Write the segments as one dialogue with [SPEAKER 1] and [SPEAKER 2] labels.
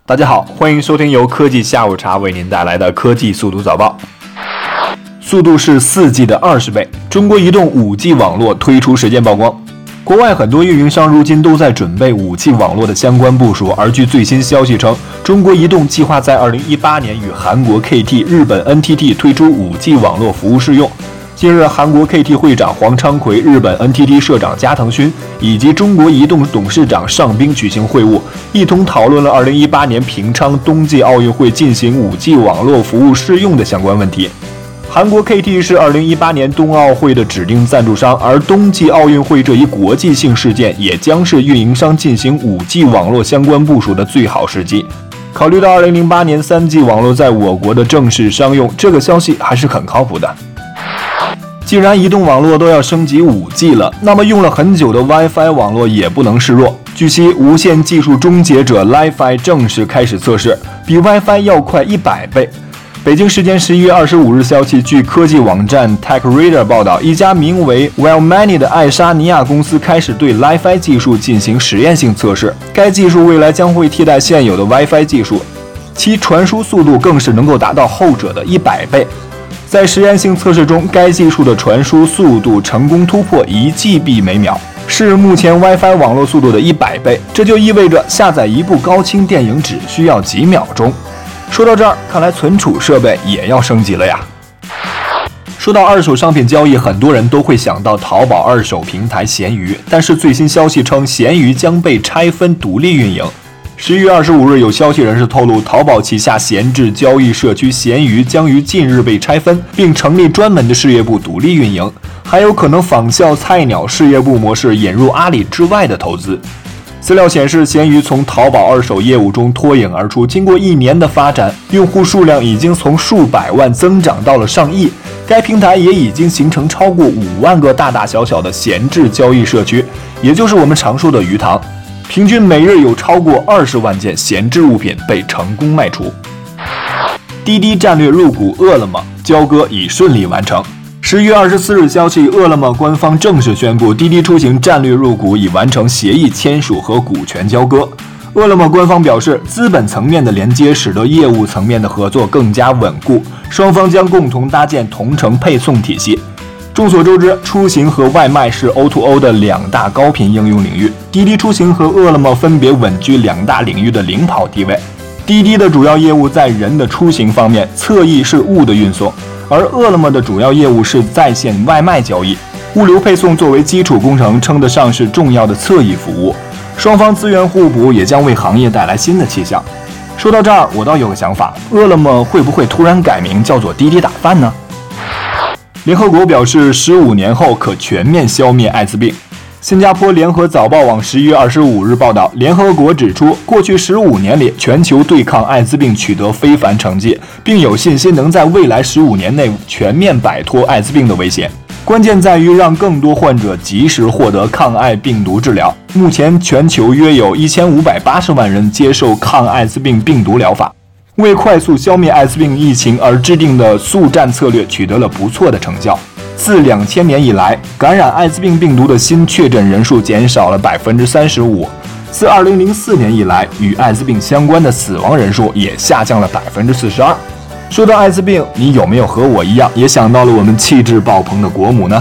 [SPEAKER 1] 大家好，欢迎收听由科技下午茶为您带来的科技速读早报。速度是4G 的20倍，中国移动 5G 网络推出时间曝光。国外很多运营商如今都在准备 5G 网络的相关部署，而据最新消息称，中国移动计划在2018年与韩国 KT、日本 NTT 推出 5G 网络服务试用。近日，韩国 KT 会长黄昌奎、日本 NTT 社长加藤勋以及中国移动董事长尚彬举行会晤，一同讨论了2018年平昌冬季奥运会进行 5G 网络服务试用的相关问题。韩国 KT 是2018年冬奥会的指定赞助商，而冬季奥运会这一国际性事件也将是运营商进行 5G 网络相关部署的最好时机。考虑到2008年3G 网络在我国的正式商用，这个消息还是很靠谱的。既然移动网络都要升级 5G 了，那么用了很久的 WiFi 网络也不能示弱。据悉，无线技术终结者 Li-Fi 正式开始测试，比 WiFi 要快100倍。北京时间11月25日消息，据科技网站 TechRadar 报道，一家名为 Wellmany 的爱沙尼亚公司开始对 Li-Fi 技术进行实验性测试。该技术未来将会替代现有的 WiFi 技术，其传输速度更是能够达到后者的100倍。在实验性测试中，该技术的传输速度成功突破1GB 每秒，是目前 WiFi 网络速度的100倍。这就意味着下载一部高清电影只需要几秒钟。说到这儿，看来存储设备也要升级了呀。说到二手商品交易，很多人都会想到淘宝二手平台闲鱼，但是最新消息称，闲鱼将被拆分独立运营。11月25日，有消息人士透露，淘宝旗下闲置交易社区闲鱼将于近日被拆分，并成立专门的事业部独立运营，还有可能仿效菜鸟事业部模式引入阿里之外的投资。资料显示，闲鱼从淘宝二手业务中脱颖而出，经过1年的发展，用户数量已经从数百万增长到了上亿。该平台也已经形成超过5万个大大小小的闲置交易社区，也就是我们常说的鱼塘。平均每日有超过20万件闲置物品被成功卖出。滴滴战略入股饿了么，交割已顺利完成。11月24日消息，饿了么官方正式宣布，滴滴出行战略入股已完成协议签署和股权交割。饿了么官方表示，资本层面的连接使得业务层面的合作更加稳固，双方将共同搭建同城配送体系。众所周知，出行和外卖是 O2O 的2大高频应用领域，滴滴出行和饿了么分别稳居2大领域的领跑地位。滴滴的主要业务在人的出行方面，侧翼是物的运送，而饿了么的主要业务是在线外卖交易。物流配送作为基础工程，称得上是重要的侧翼服务。双方资源互补，也将为行业带来新的气象。说到这儿，我倒有个想法，饿了么会不会突然改名叫做滴滴打饭呢？联合国表示，15年后可全面消灭艾滋病。新加坡联合早报网11月25日报道，联合国指出，过去15年里，全球对抗艾滋病取得非凡成绩，并有信心能在未来15年内全面摆脱艾滋病的威胁。关键在于让更多患者及时获得抗艾病毒治疗。目前，全球约有1580万人接受抗艾滋病病毒疗法。为快速消灭艾滋病疫情而制定的速战策略取得了不错的成效。自2000年以来，感染艾滋病病毒的新确诊人数减少了35%。自2004年以来，与艾滋病相关的死亡人数也下降了42%。说到艾滋病，你有没有和我一样，也想到了我们气质爆棚的国母呢？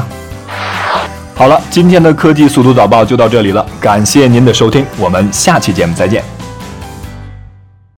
[SPEAKER 1] 好了，今天的科技速读早报就到这里了，感谢您的收听，我们下期节目再见。